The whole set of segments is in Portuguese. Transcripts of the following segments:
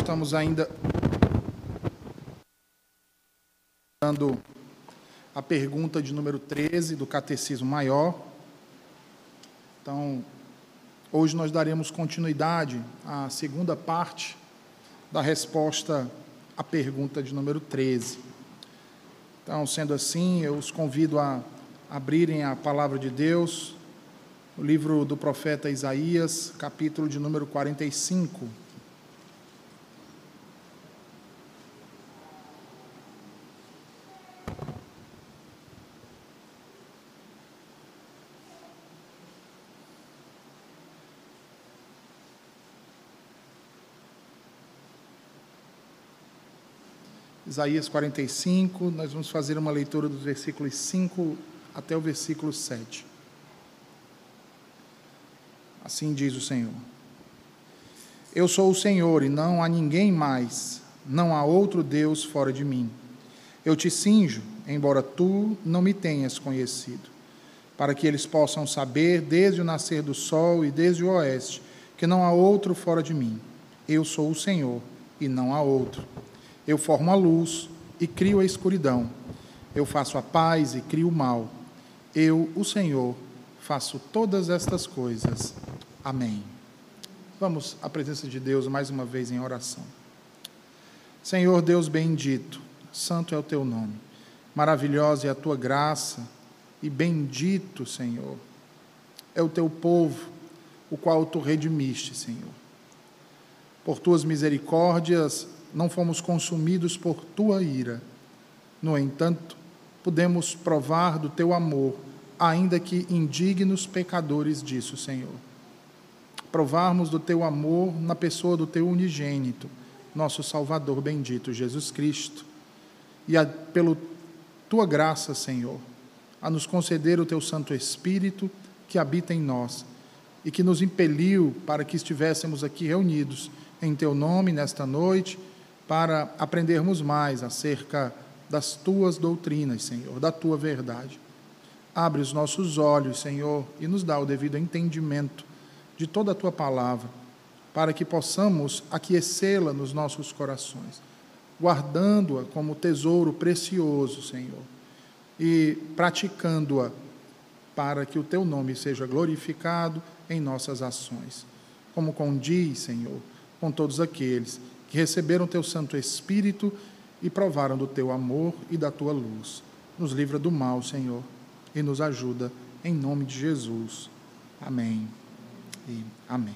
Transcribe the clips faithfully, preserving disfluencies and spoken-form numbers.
estamos ainda dando a pergunta de número treze do Catecismo Maior. Então, hoje nós daremos continuidade à segunda parte da resposta à pergunta de número treze. Então, sendo assim, eu os convido a abrirem a palavra de Deus, o livro do profeta Isaías, capítulo de número quarenta e cinco. Isaías quarenta e cinco, nós vamos fazer uma leitura dos versículos cinco até o versículo sete. Assim diz o Senhor: Eu sou o Senhor e não há ninguém mais, não há outro Deus fora de mim. Eu te cinjo, embora tu não me tenhas conhecido, para que eles possam saber desde o nascer do sol e desde o oeste, que não há outro fora de mim. Eu sou o Senhor e não há outro. Eu formo a luz e crio a escuridão. Eu faço a paz e crio o mal. Eu, o Senhor, faço todas estas coisas. Amém. Vamos à presença de Deus mais uma vez em oração. Senhor Deus bendito, santo é o teu nome. Maravilhosa é a tua graça e bendito, Senhor, é o teu povo, o qual tu redimiste, Senhor. Por tuas misericórdias, não fomos consumidos por tua ira. No entanto, podemos provar do teu amor, ainda que indignos pecadores disso, Senhor. Provarmos do teu amor na pessoa do teu unigênito, nosso Salvador bendito, Jesus Cristo. E a, pela tua graça, Senhor, a nos conceder o teu Santo Espírito que habita em nós e que nos impeliu para que estivéssemos aqui reunidos em teu nome nesta noite, para aprendermos mais acerca das tuas doutrinas, Senhor, da tua verdade. Abre os nossos olhos, Senhor, e nos dá o devido entendimento de toda a tua palavra, para que possamos aquecê-la nos nossos corações, guardando-a como tesouro precioso, Senhor, e praticando-a para que o teu nome seja glorificado em nossas ações, como condiz, Senhor, com todos aqueles que receberam teu Santo Espírito e provaram do teu amor e da tua luz. Nos livra do mal, Senhor, e nos ajuda em nome de Jesus. Amém e amém.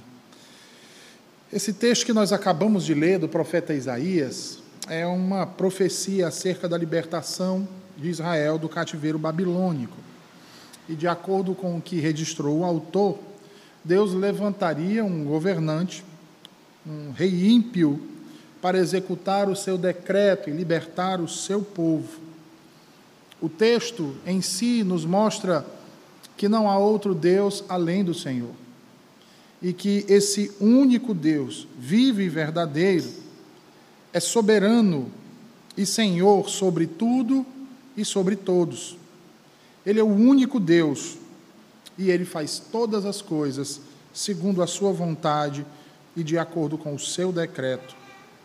Esse texto que nós acabamos de ler do profeta Isaías é uma profecia acerca da libertação de Israel do cativeiro babilônico. E de acordo com o que registrou o autor, Deus levantaria um governante, um rei ímpio, para executar o seu decreto e libertar o seu povo. O texto em si nos mostra que não há outro Deus além do Senhor, e que esse único Deus, vivo e verdadeiro, é soberano e Senhor sobre tudo e sobre todos. Ele é o único Deus, e Ele faz todas as coisas segundo a sua vontade e de acordo com o seu decreto,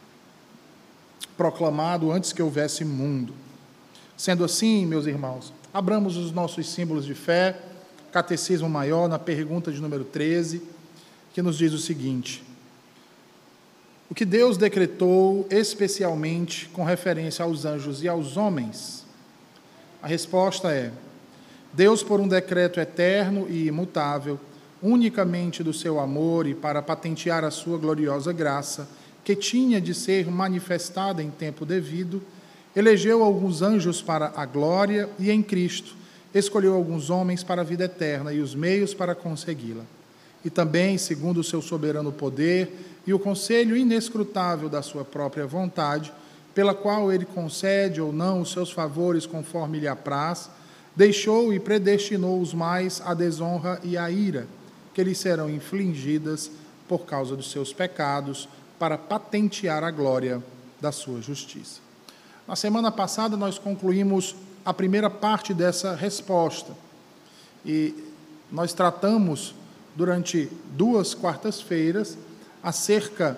proclamado antes que houvesse mundo. Sendo assim, meus irmãos, abramos os nossos símbolos de fé, Catecismo Maior, na pergunta de número treze, que nos diz o seguinte: o que Deus decretou especialmente com referência aos anjos e aos homens? A resposta é: Deus, por um decreto eterno e imutável, unicamente do seu amor e para patentear a sua gloriosa graça, que tinha de ser manifestada em tempo devido, elegeu alguns anjos para a glória e em Cristo escolheu alguns homens para a vida eterna e os meios para consegui-la. E também, segundo o seu soberano poder e o conselho inescrutável da sua própria vontade, pela qual ele concede ou não os seus favores conforme lhe apraz, deixou e predestinou os mais à desonra e à ira, que lhes serão infligidas por causa dos seus pecados, para patentear a glória da sua justiça. Na semana passada, nós concluímos a primeira parte dessa resposta. E nós tratamos, durante duas quartas-feiras, acerca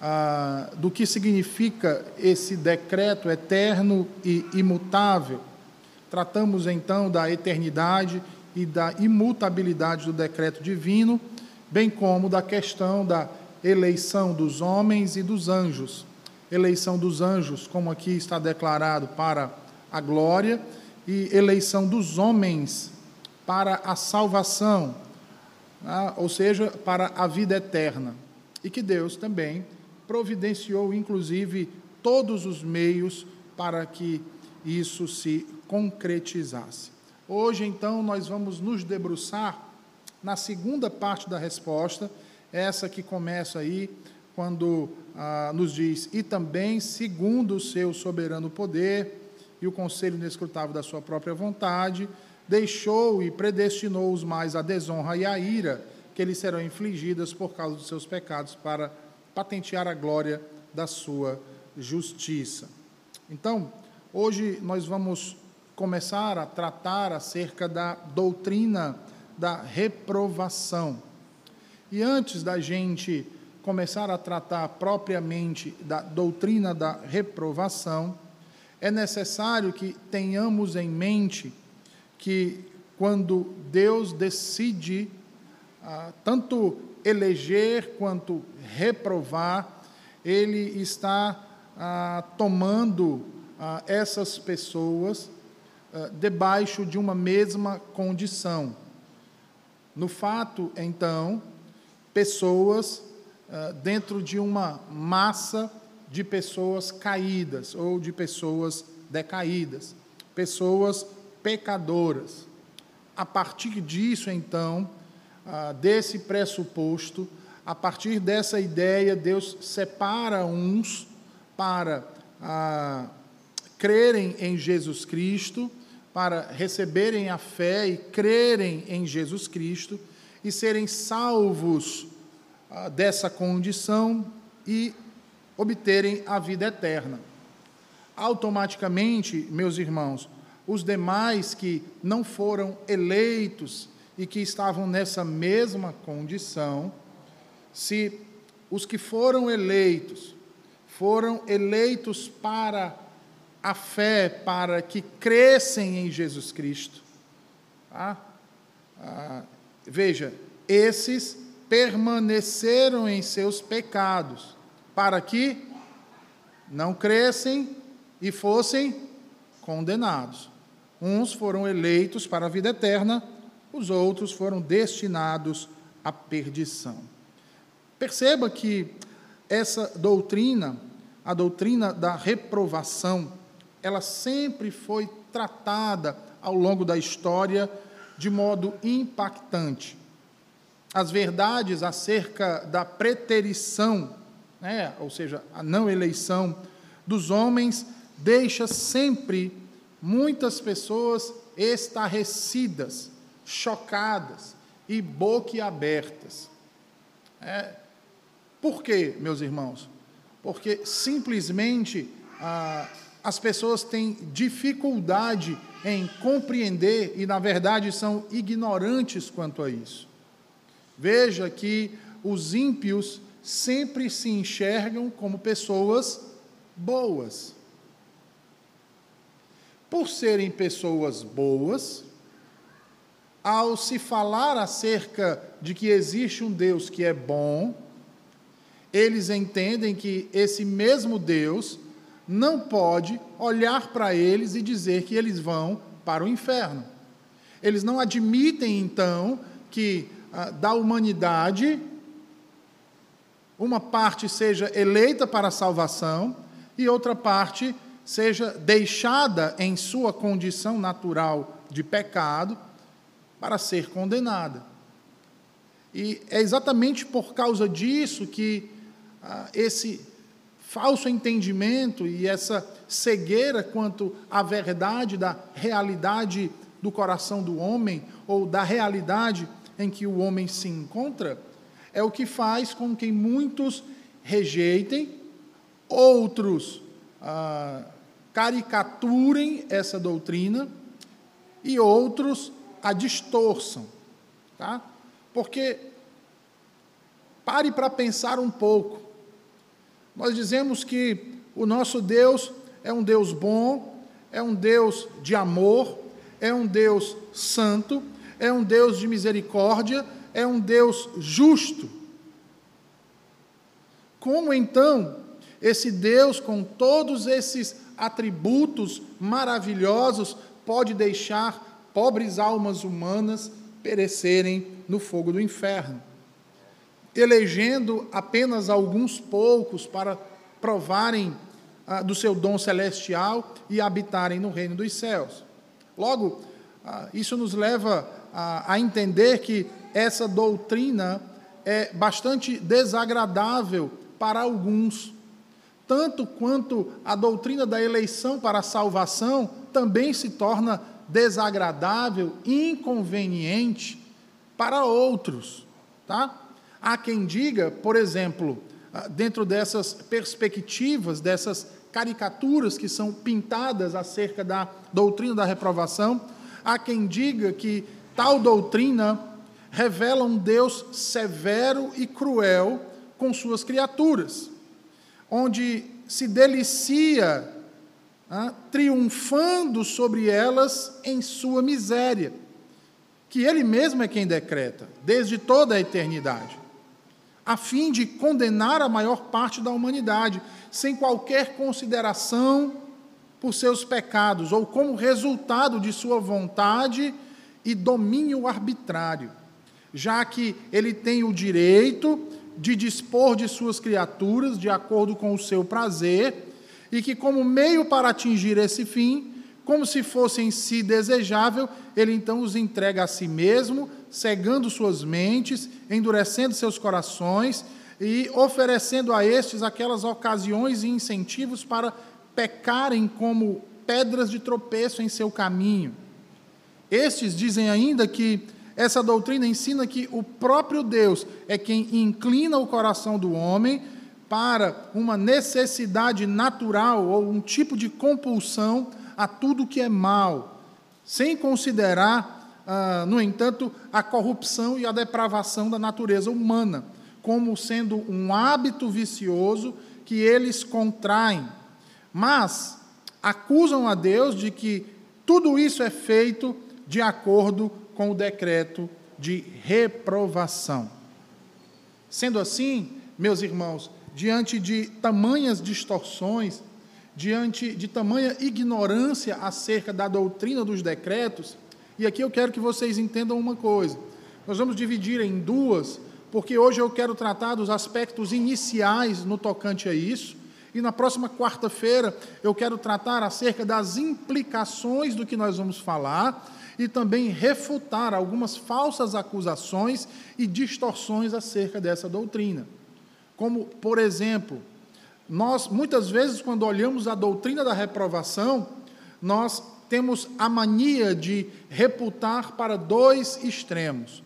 ah, do que significa esse decreto eterno e imutável. Tratamos, então, da eternidade e da imutabilidade do decreto divino, bem como da questão da eleição dos homens e dos anjos. Eleição dos anjos, como aqui está declarado, para a glória, e eleição dos homens para a salvação, né? Ou seja, para a vida eterna. E que Deus também providenciou, inclusive, todos os meios para que isso se concretizasse. Hoje, então, nós vamos nos debruçar na segunda parte da resposta, essa que começa aí, quando ah, nos diz, e também, segundo o seu soberano poder e o conselho inescrutável da sua própria vontade, deixou e predestinou os mais à desonra e à ira, que lhes serão infligidas por causa dos seus pecados, para patentear a glória da sua justiça. Então, hoje nós vamos começar a tratar acerca da doutrina da reprovação. E antes da gente começar a tratar propriamente da doutrina da reprovação, é necessário que tenhamos em mente que quando Deus decide ah, tanto eleger quanto reprovar, Ele está ah, tomando ah, essas pessoas ah, debaixo de uma mesma condição. No fato, então, pessoas uh, dentro de uma massa de pessoas caídas ou de pessoas decaídas, pessoas pecadoras. A partir disso, então, uh, desse pressuposto, a partir dessa ideia, Deus separa uns para uh, crerem em Jesus Cristo, para receberem a fé e crerem em Jesus Cristo e serem salvos ah, dessa condição e obterem a vida eterna. Automaticamente, meus irmãos, os demais que não foram eleitos e que estavam nessa mesma condição, se os que foram eleitos foram eleitos para a fé, para que crescem em Jesus Cristo, tá? Ah, veja, esses permaneceram em seus pecados, para que não crescem e fossem condenados. Uns foram eleitos para a vida eterna, os outros foram destinados à perdição. Perceba que essa doutrina, a doutrina da reprovação, ela sempre foi tratada ao longo da história de modo impactante. As verdades acerca da preterição, né, ou seja, a não eleição dos homens, deixa sempre muitas pessoas estarrecidas, chocadas e boquiabertas. É, por quê, meus irmãos? Porque simplesmente ah, as pessoas têm dificuldade em compreender e, na verdade, são ignorantes quanto a isso. Veja que os ímpios sempre se enxergam como pessoas boas. Por serem pessoas boas, ao se falar acerca de que existe um Deus que é bom, eles entendem que esse mesmo Deus não pode olhar para eles e dizer que eles vão para o inferno. Eles não admitem, então, que ah, da humanidade uma parte seja eleita para a salvação e outra parte seja deixada em sua condição natural de pecado para ser condenada. E é exatamente por causa disso que ah, esse falso entendimento e essa cegueira quanto à verdade da realidade do coração do homem ou da realidade em que o homem se encontra, é o que faz com que muitos rejeitem, outros ah, caricaturem essa doutrina e outros a distorçam, tá? Porque pare para pensar um pouco. Nós dizemos que o nosso Deus é um Deus bom, é um Deus de amor, é um Deus santo, é um Deus de misericórdia, é um Deus justo. Como então esse Deus, com todos esses atributos maravilhosos, pode deixar pobres almas humanas perecerem no fogo do inferno, elegendo apenas alguns poucos para provarem ah, do seu dom celestial e habitarem no reino dos céus? Logo, ah, isso nos leva a, a entender que essa doutrina é bastante desagradável para alguns, tanto quanto a doutrina da eleição para a salvação também se torna desagradável, inconveniente para outros, tá? Há quem diga, por exemplo, dentro dessas perspectivas, dessas caricaturas que são pintadas acerca da doutrina da reprovação, há quem diga que tal doutrina revela um Deus severo e cruel com suas criaturas, onde se delicia, ah, triunfando sobre elas em sua miséria, que Ele mesmo é quem decreta, desde toda a eternidade, a fim de condenar a maior parte da humanidade, sem qualquer consideração por seus pecados, ou como resultado de sua vontade e domínio arbitrário, já que Ele tem o direito de dispor de suas criaturas de acordo com o seu prazer, e que, como meio para atingir esse fim, como se fosse em si desejável, Ele então os entrega a si mesmo, cegando suas mentes, endurecendo seus corações e oferecendo a estes aquelas ocasiões e incentivos para pecarem como pedras de tropeço em seu caminho. Estes dizem ainda que essa doutrina ensina que o próprio Deus é quem inclina o coração do homem para uma necessidade natural ou um tipo de compulsão a tudo que é mal, sem considerar, ah, no entanto, a corrupção e a depravação da natureza humana, como sendo um hábito vicioso que eles contraem, mas acusam a Deus de que tudo isso é feito de acordo com o decreto de reprovação. Sendo assim, meus irmãos, diante de tamanhas distorções, diante de tamanha ignorância acerca da doutrina dos decretos, e aqui eu quero que vocês entendam uma coisa, nós vamos dividir em duas, porque hoje eu quero tratar dos aspectos iniciais no tocante a isso, e na próxima quarta-feira eu quero tratar acerca das implicações do que nós vamos falar, e também refutar algumas falsas acusações e distorções acerca dessa doutrina. Como, por exemplo, nós, muitas vezes, quando olhamos a doutrina da reprovação, nós temos a mania de reputar para dois extremos.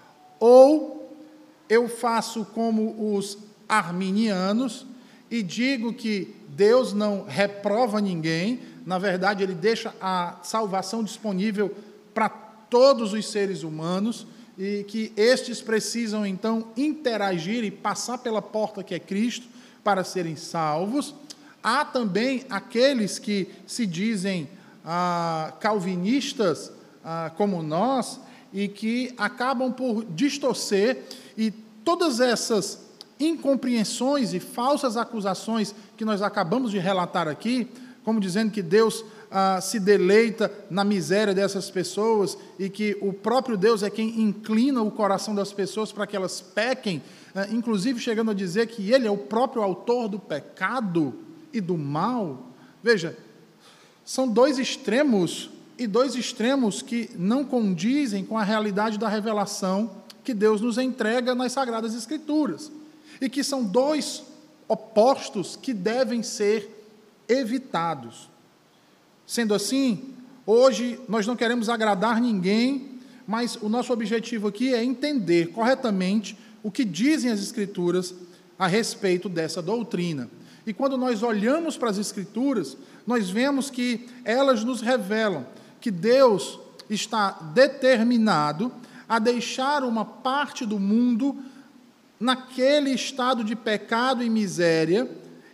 Ou eu faço como os arminianos e digo que Deus não reprova ninguém, na verdade, Ele deixa a salvação disponível para todos os seres humanos, e que estes precisam, então, interagir e passar pela porta que é Cristo para serem salvos. Há também aqueles que se dizem ah, calvinistas, ah, como nós, e que acabam por distorcer, e todas essas incompreensões e falsas acusações que nós acabamos de relatar aqui, como dizendo que Deus ah, se deleita na miséria dessas pessoas e que o próprio Deus é quem inclina o coração das pessoas para que elas pequem, ah, inclusive chegando a dizer que Ele é o próprio autor do pecado e do mal. Veja, são dois extremos, e dois extremos que não condizem com a realidade da revelação que Deus nos entrega nas Sagradas Escrituras, e que são dois opostos que devem ser evitados. Sendo assim, hoje nós não queremos agradar ninguém, mas o nosso objetivo aqui é entender corretamente o que dizem as Escrituras a respeito dessa doutrina. E quando nós olhamos para as Escrituras, nós vemos que elas nos revelam que Deus está determinado a deixar uma parte do mundo naquele estado de pecado e miséria,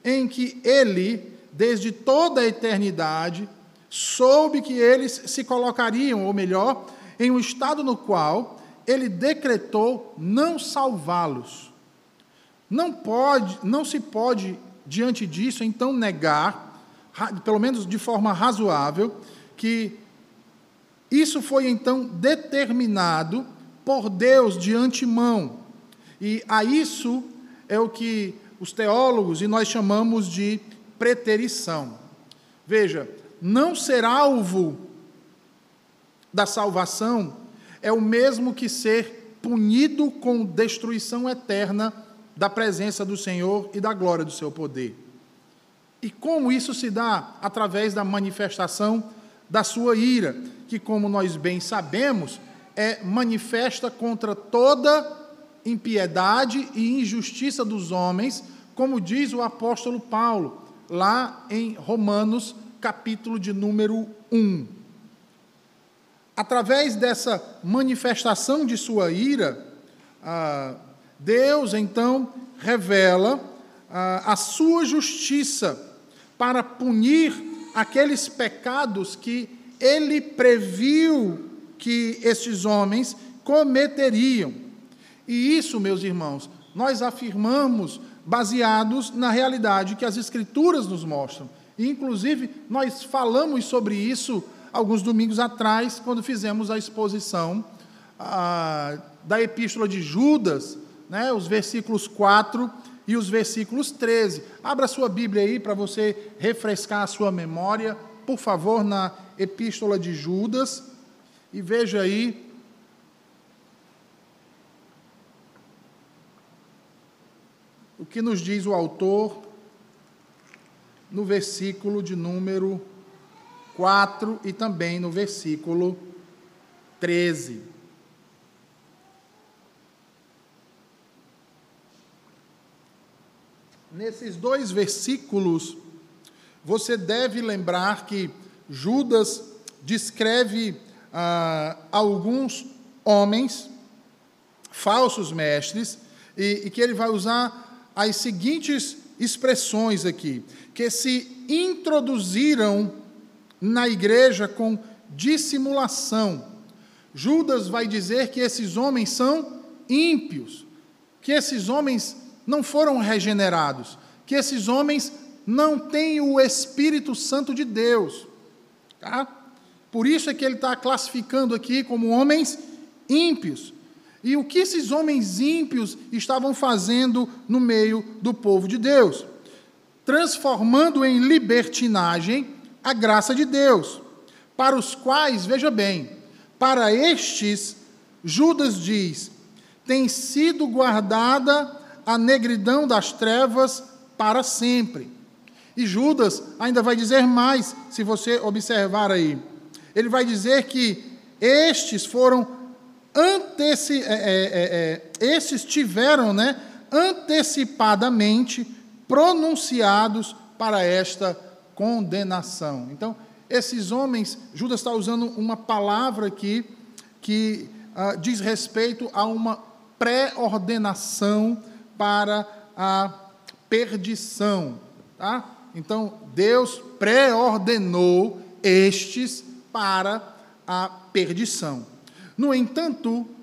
em que ele, desde toda a eternidade, soube que eles se colocariam, ou melhor, em um estado no qual ele decretou não salvá-los. Não pode, não se pode, diante disso, então negar, pelo menos de forma razoável, que isso foi então determinado por Deus de antemão. E a isso é o que os teólogos e nós chamamos de preterição. Veja, não ser alvo da salvação é o mesmo que ser punido com destruição eterna da presença do Senhor e da glória do seu poder. E como isso se dá? Através da manifestação da sua ira, que, como nós bem sabemos, é manifesta contra toda impiedade e injustiça dos homens, como diz o apóstolo Paulo, lá em Romanos, capítulo de número um. Através dessa manifestação de sua ira, ah, Deus, então, revela ah, a sua justiça para punir aqueles pecados que ele previu que estes homens cometeriam. E isso, meus irmãos, nós afirmamos baseados na realidade que as Escrituras nos mostram. E, inclusive, nós falamos sobre isso alguns domingos atrás, quando fizemos a exposição ah, da Epístola de Judas, né, os versículos quatro e os versículos treze. Abra a sua Bíblia aí para você refrescar a sua memória, por favor, na Epístola de Judas, e veja aí o que nos diz o autor no versículo de número quatro e também no versículo treze. Nesses dois versículos, você deve lembrar que Judas descreve ah, alguns homens, falsos mestres, e, e que ele vai usar as seguintes expressões aqui, que se introduziram na igreja com dissimulação. Judas vai dizer que esses homens são ímpios, que esses homens não foram regenerados, que esses homens não têm o Espírito Santo de Deus. Tá? Por isso é que ele está classificando aqui como homens ímpios. E o que esses homens ímpios estavam fazendo no meio do povo de Deus? Transformando em libertinagem a graça de Deus, para os quais, veja bem, para estes, Judas diz, tem sido guardada a negridão das trevas para sempre. E Judas ainda vai dizer mais, se você observar aí. Ele vai dizer que estes foram anteci... É, é, é, estes tiveram, né, antecipadamente pronunciados para esta condenação. Então, esses homens, Judas está usando uma palavra aqui que uh, diz respeito a uma pré-ordenação para a perdição. Tá? Então, Deus pré-ordenou estes para a perdição. No entanto, uh,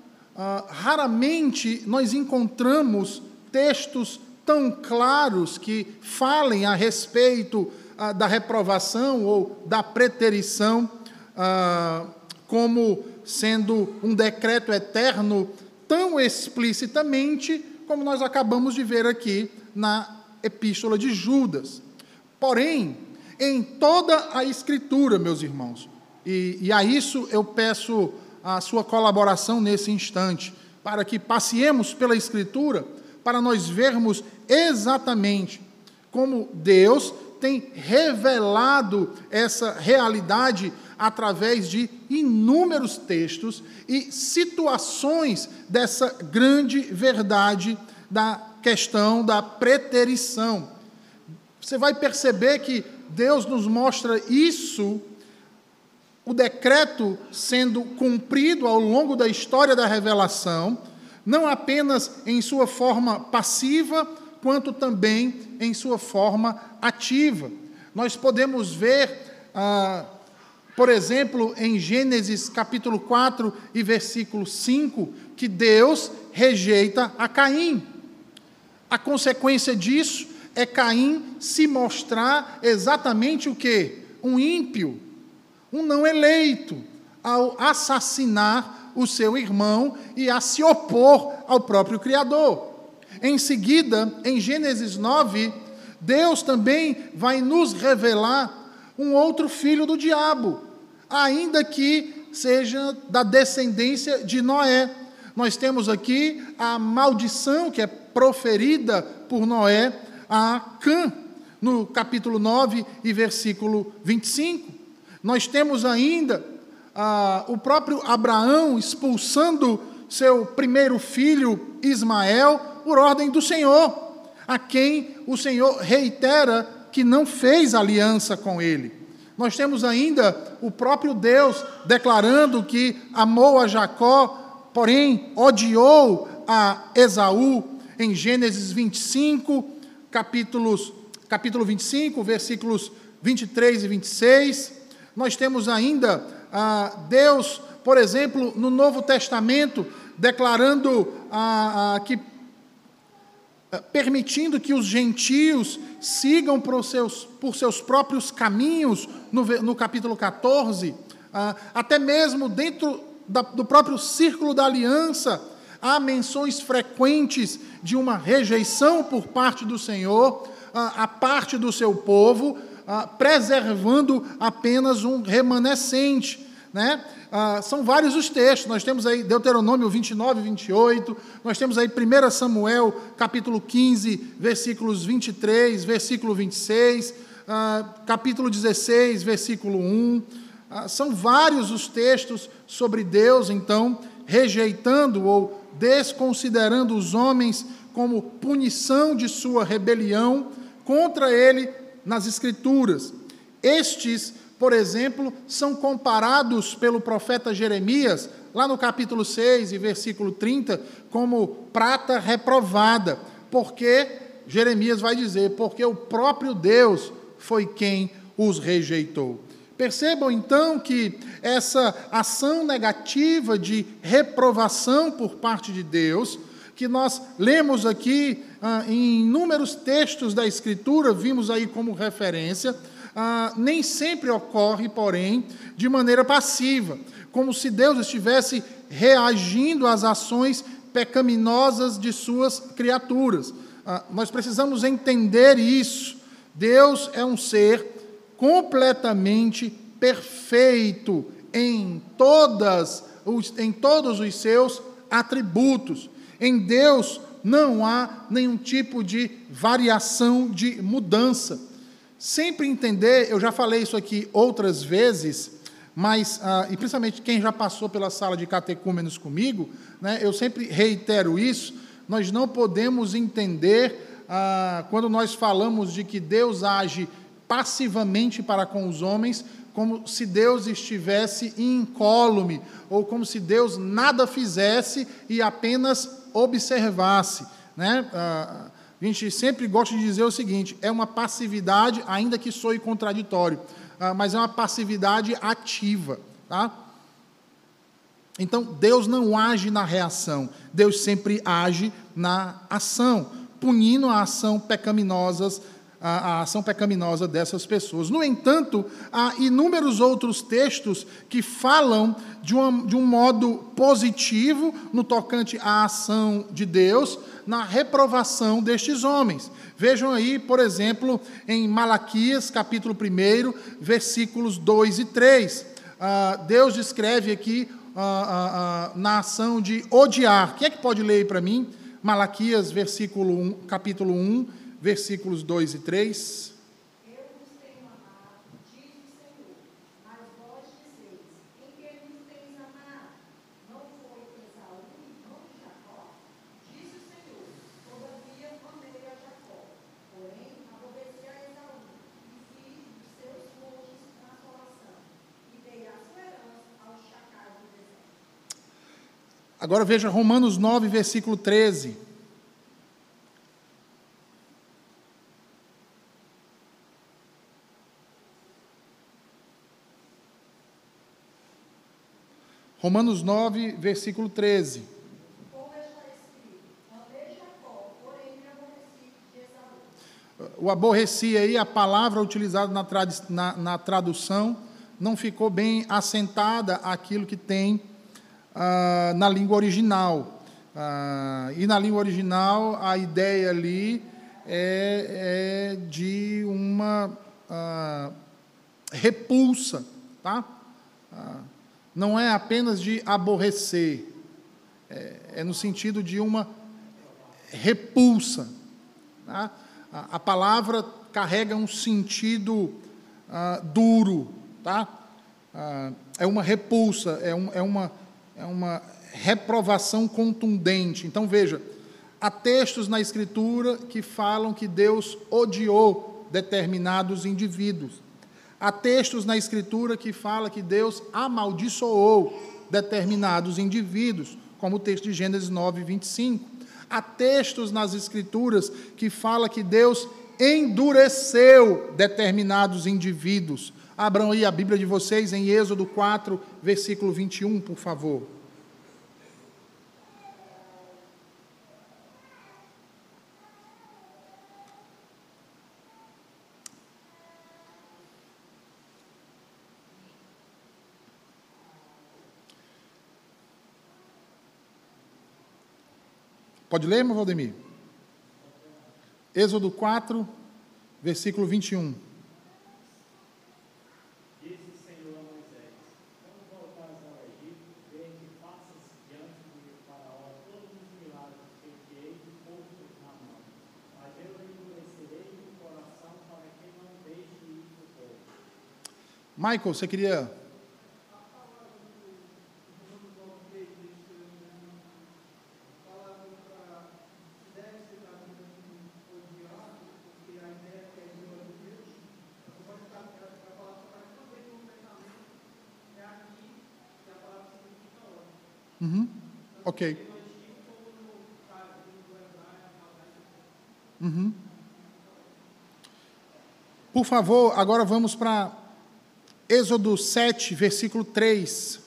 raramente nós encontramos textos tão claros que falem a respeito ah, da reprovação ou da preterição ah, como sendo um decreto eterno tão explicitamente como nós acabamos de ver aqui na Epístola de Judas. Porém, em toda a Escritura, meus irmãos, e, e a isso eu peço a sua colaboração nesse instante, para que passeemos pela Escritura, para nós vermos exatamente como Deus tem revelado essa realidade através de inúmeros textos e situações dessa grande verdade da questão da preterição. Você vai perceber que Deus nos mostra isso, o decreto sendo cumprido ao longo da história da revelação, não apenas em sua forma passiva, quanto também em sua forma ativa. Nós podemos ver, ah, por exemplo, em Gênesis capítulo quatro e versículo cinco, que Deus rejeita a Caim. A consequência disso é Caim se mostrar exatamente o quê? Um ímpio, um não eleito, ao assassinar o seu irmão e a se opor ao próprio Criador. Em seguida, em Gênesis nove, Deus também vai nos revelar um outro filho do diabo, ainda que seja da descendência de Noé. Nós temos aqui a maldição que é proferida por Noé a Cã, no capítulo nove e versículo vinte e cinco. Nós temos ainda ah, o próprio Abraão expulsando seu primeiro filho, Ismael, por ordem do Senhor, a quem o Senhor reitera que não fez aliança com ele. Nós temos ainda o próprio Deus declarando que amou a Jacó, porém odiou a Esaú, em Gênesis vinte e cinco, capítulos, capítulo vinte e cinco, versículos vinte e três e vinte e seis. Nós temos ainda ah, Deus, por exemplo, no Novo Testamento, declarando ah, ah, que permitindo que os gentios sigam por seus, por seus próprios caminhos, no, no capítulo catorze, ah, até mesmo dentro da, do próprio círculo da aliança, há menções frequentes de uma rejeição por parte do Senhor, ah, a parte do seu povo, ah, preservando apenas um remanescente, né? Ah, são vários os textos, nós temos aí Deuteronômio vinte e nove e vinte e oito, nós temos aí primeiro Samuel, capítulo quinze, versículos vinte e três, versículo vinte e seis, ah, capítulo dezesseis, versículo um, ah, são vários os textos sobre Deus, então, rejeitando ou desconsiderando os homens como punição de sua rebelião contra ele nas Escrituras. Estes, por exemplo, são comparados pelo profeta Jeremias, lá no capítulo seis e versículo trinta, como prata reprovada, porque, Jeremias vai dizer, porque o próprio Deus foi quem os rejeitou. Percebam, então, que essa ação negativa de reprovação por parte de Deus, que nós lemos aqui ah, em inúmeros textos da Escritura, vimos aí como referência, ah, nem sempre ocorre, porém, de maneira passiva, como se Deus estivesse reagindo às ações pecaminosas de suas criaturas. Ah, nós precisamos entender isso. Deus é um ser completamente perfeito em, todas os, em todos os seus atributos. Em Deus não há nenhum tipo de variação, de mudança. Sempre entender, eu já falei isso aqui outras vezes, mas, ah, e principalmente quem já passou pela sala de catecúmenos comigo, né, eu sempre reitero isso, nós não podemos entender, ah, quando nós falamos de que Deus age passivamente para com os homens, como se Deus estivesse incólume, ou como se Deus nada fizesse e apenas observasse, né? Ah, a gente sempre gosta de dizer o seguinte, é uma passividade, ainda que soe contraditório, ah, mas é uma passividade ativa, tá? Então, Deus não age na reação, Deus sempre age na ação, punindo a ação pecaminosas, a ação pecaminosa dessas pessoas. No entanto, há inúmeros outros textos que falam de, uma, de um modo positivo no tocante à ação de Deus, na reprovação destes homens. Vejam aí, por exemplo, em Malaquias, capítulo um, versículos dois e três. Ah, Deus descreve aqui ah, ah, ah, na ação de odiar. Quem é que pode ler aí para mim? Malaquias, versículo um, capítulo um, versículos dois e três. Eu vos tenho amado, diz o Senhor, mas vós dizeis, em que nos tens amado? Não foi Esaú, irmão de Jacó? Diz o Senhor, todavia amei a Jacó, porém aborreci a Esaú, e fiz dos seus montes uma assolação, e dei a sua herança aos chacais do deserto. Agora veja Romanos nove, versículo treze. Romanos nove, versículo treze. Como está escrito, amei Jacó, porém me aborreci de Esaú. O aborreci aí, a palavra utilizada na, tradi- na, na tradução, não ficou bem assentada aquilo que tem ah, na língua original. Ah, e na língua original, a ideia ali é, é de uma ah, repulsa, tá? Ah, não é apenas de aborrecer, é, é no sentido de uma repulsa, tá? A, a palavra carrega um sentido ah, duro, tá? Ah, é uma repulsa, é, um, é, uma, é uma reprovação contundente. Então, veja, há textos na Escritura que falam que Deus odiou determinados indivíduos. Há textos na Escritura que falam que Deus amaldiçoou determinados indivíduos, como o texto de Gênesis nove, vinte e cinco. Há textos nas Escrituras que falam que Deus endureceu determinados indivíduos. Abram aí a Bíblia de vocês em Êxodo quatro, versículo vinte e um, por favor. Pode ler, meu Valdemir? Êxodo quatro, versículo vinte e um. Disse o Senhor a Moisés: quando voltares ao Egito, vê que faças diante de Faraó todos os milagres que te hei posto na mão. Mas eu endurecerei o coração para que não deixe ir o povo. Michael, você queria... Uhum. Ok. Uhum. Por favor, agora vamos para Êxodo sete, versículo três.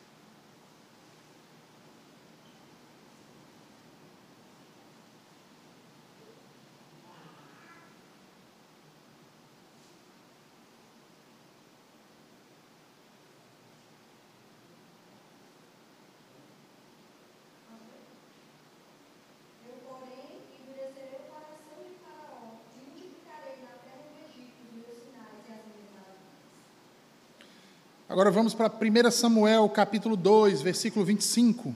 Eu, porém, endurecerei o coração de Faraó e multiplicarei na terra do Egito os meus sinais e as minhas maravilhas. Agora vamos para primeiro Samuel, capítulo dois, versículo vinte e cinco.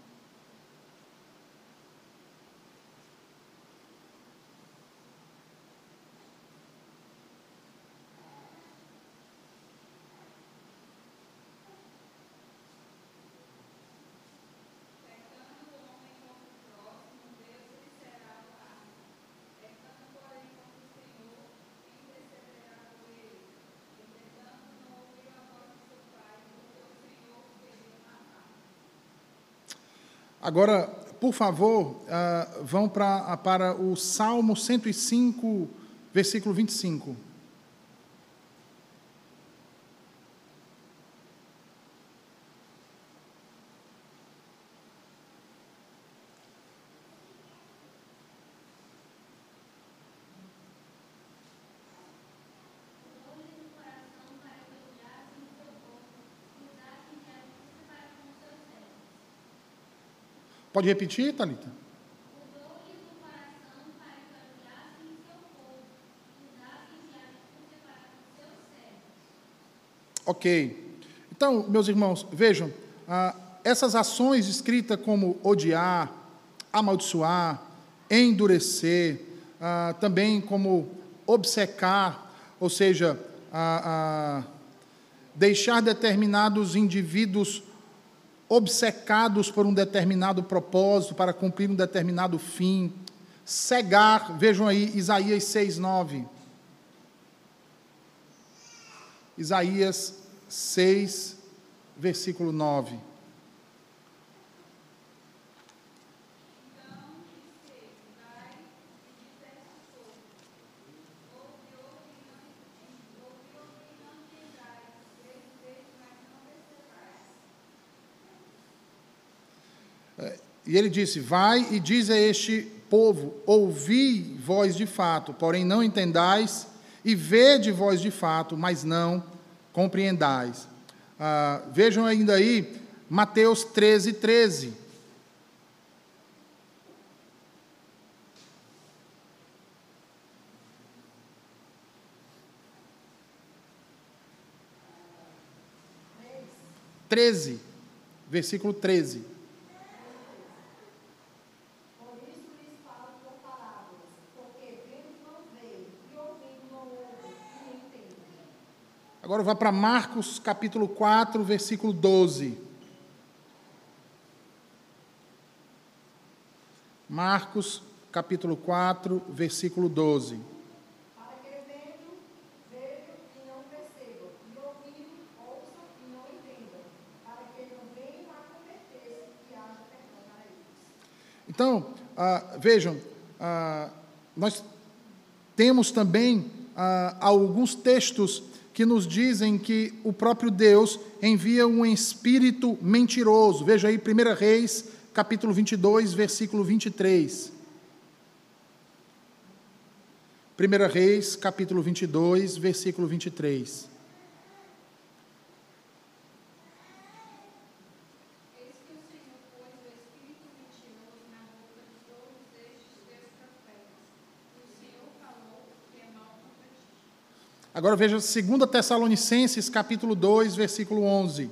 Agora, por favor, uh, vão pra, para o Salmo cento e cinco, versículo vinte e cinco. Pode repetir, Thalita? Ok. Então, meus irmãos, vejam, ah, essas ações escritas como odiar, amaldiçoar, endurecer, ah, também como obcecar, ou seja, ah, ah, deixar determinados indivíduos obcecados por um determinado propósito, para cumprir um determinado fim, cegar, vejam aí, Isaías seis, nove. Isaías seis, versículo nove. E ele disse: vai e diz a este povo: ouvi vós de fato, porém não entendais, e vede vós de fato, mas não compreendais. Ah, vejam ainda aí, Mateus treze, treze. treze, versículo treze. Por isso lhes falo por parábolas, porque vendo não veem, e ouvindo não ouvem, e nem entendem. Agora vá para Marcos capítulo quatro, versículo doze. Marcos capítulo quatro, versículo doze. Para que vendo, vejam e não percebam, e ouvindo, ouçam e não entendam, para que não venham a converter-se e haja perdão para eles. Então, ah, vejam, ah, nós temos também ah, alguns textos que nos dizem que o próprio Deus envia um espírito mentiroso. Veja aí, primeira Reis, capítulo vinte e dois, versículo vinte e três. primeira Reis, capítulo vinte e dois, versículo vinte e três. Eis que o Senhor pôs o espírito mentiroso na boca de todos estes teus profetas, e o Senhor falou que é mal contra ti. Agora veja segunda Tessalonicenses, capítulo dois, versículo onze.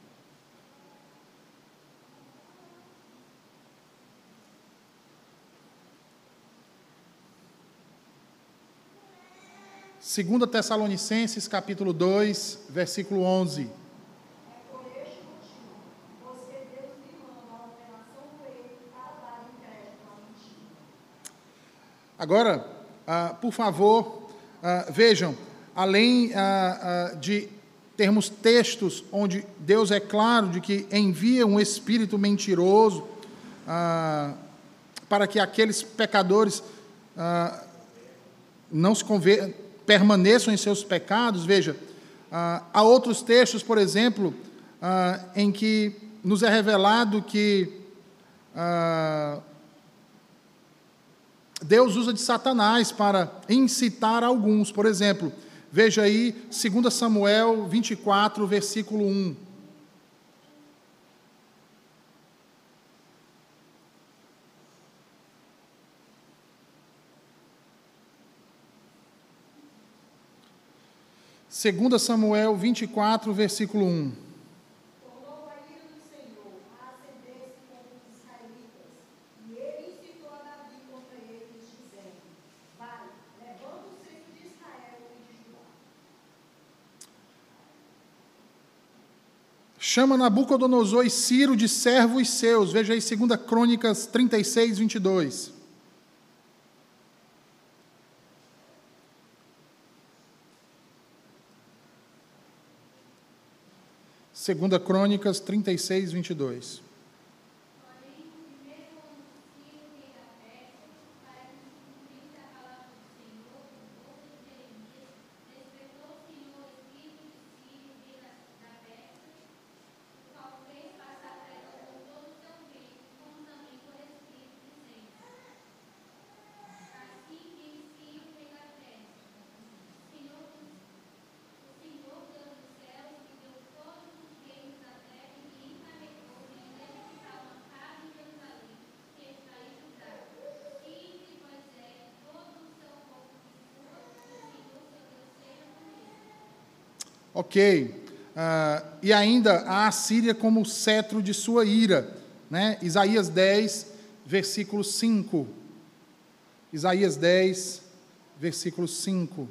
segunda Tessalonicenses, capítulo dois, versículo onze. É por este motivo, porque Deus lhe manda a operação do erro para dar crédito à mentira. Agora, ah, por favor, ah, vejam, além ah, ah, de termos textos onde Deus é claro de que envia um espírito mentiroso ah, para que aqueles pecadores ah, não se convertam, permaneçam em seus pecados, veja, ah, há outros textos, por exemplo, ah, em que nos é revelado que ah, Deus usa de Satanás para incitar alguns. Por exemplo, veja aí, dois Samuel vinte e quatro, versículo um. dois Samuel vinte e quatro, versículo um. Tornou a ira do Senhor a acender-se contra os israelitas, e ele incitou a Davi contra eles, dizendo: vai, levanta o centro de Israel e de Judá. Chama Nabucodonosor e Ciro de servos seus. Veja aí, segunda Crônicas trinta e seis, vinte e dois. segunda Crônicas trinta e seis, vinte e dois. Porém, no primeiro ano de Ciro, rei da Pérsia, para que se cumprisse a palavra do Senhor por boca de Jeremias, despertou o Senhor o espírito de Ciro, rei da, da Pérsia, o qual fez passar treva por todo o seu reino, como também por espírito, dizendo: assim diz Ciro, rei da Pérsia, o Senhor, o Senhor Deus dos céus, que deu todos os reinos da terra e que encarregou de edificar uma casa em Jerusalém, que está em Judá. Ciro e Moisés, todo o seu povo de sua, e o Senhor seu Deus seja com ele. Ok. Ah, e ainda a Assíria como o cetro de sua ira. Né? Isaías dez, versículo cinco. Isaías dez, versículo cinco.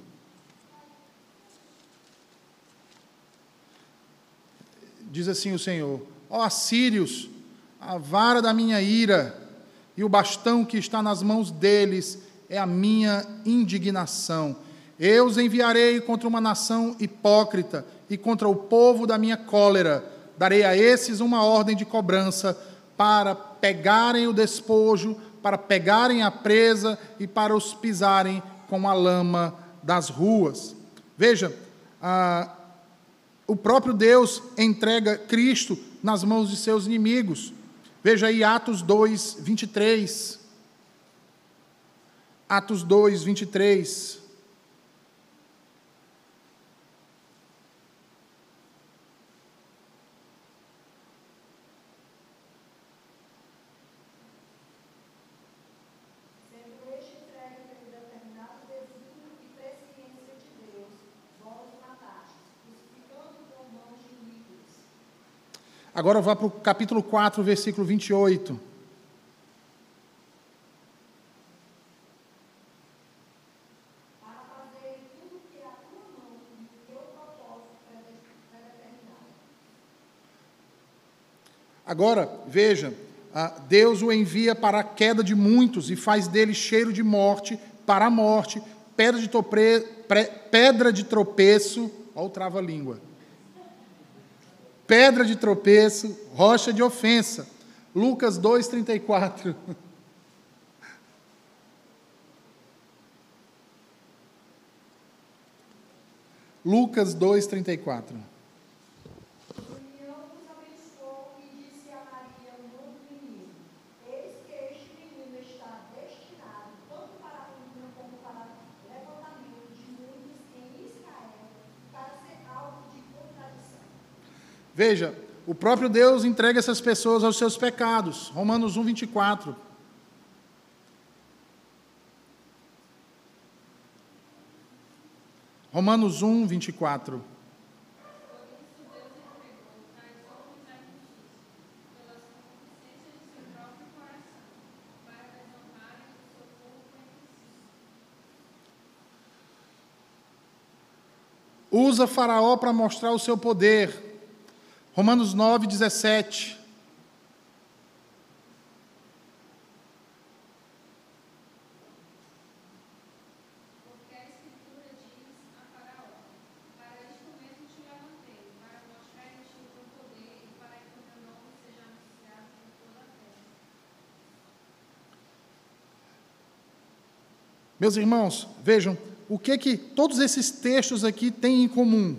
Diz assim o Senhor: ó assírios, a vara da minha ira e o bastão que está nas mãos deles é a minha indignação. Eu os enviarei contra uma nação hipócrita e contra o povo da minha cólera. Darei a esses uma ordem de cobrança para pegarem o despojo, para pegarem a presa e para os pisarem com a lama das ruas. Veja, ah, o próprio Deus entrega Cristo nas mãos de seus inimigos. Veja aí Atos dois, vinte e três. Atos dois, vinte e três. Sendo este entregue pelo determinado desígnio e presciência de Deus, vós o matastes, crucificando com mãos de ímpios. Agora vá para o capítulo quatro, versículo vinte e oito. Para fazer tudo que a tua mão e o teu propósito predeterminado. Agora, veja, ah, Deus o envia para a queda de muitos e faz dele cheiro de morte para a morte, pedra de, topre, pre, pedra de tropeço, olha o trava-língua, pedra de tropeço, rocha de ofensa. Lucas dois, trinta e quatro. Lucas dois, trinta e quatro. Simeão os abençoou e disse a Maria, o nome do menino: Eis que este menino está destinado tanto para a ruína como para o levantamento de muitos em Israel, para ser alvo de contradição. Veja, o próprio Deus entrega essas pessoas aos seus pecados. Romanos um, vinte e quatro. Romanos um, vinte e quatro. Usa Faraó para mostrar o seu poder. Romanos nove, dezessete. Porque a Escritura diz a Faraó: Para isto mesmo te levantei, para mostrar em ti o teu poder e para que o meu nome seja anunciado por toda a terra. Meus irmãos, vejam, o que que todos esses textos aqui têm em comum?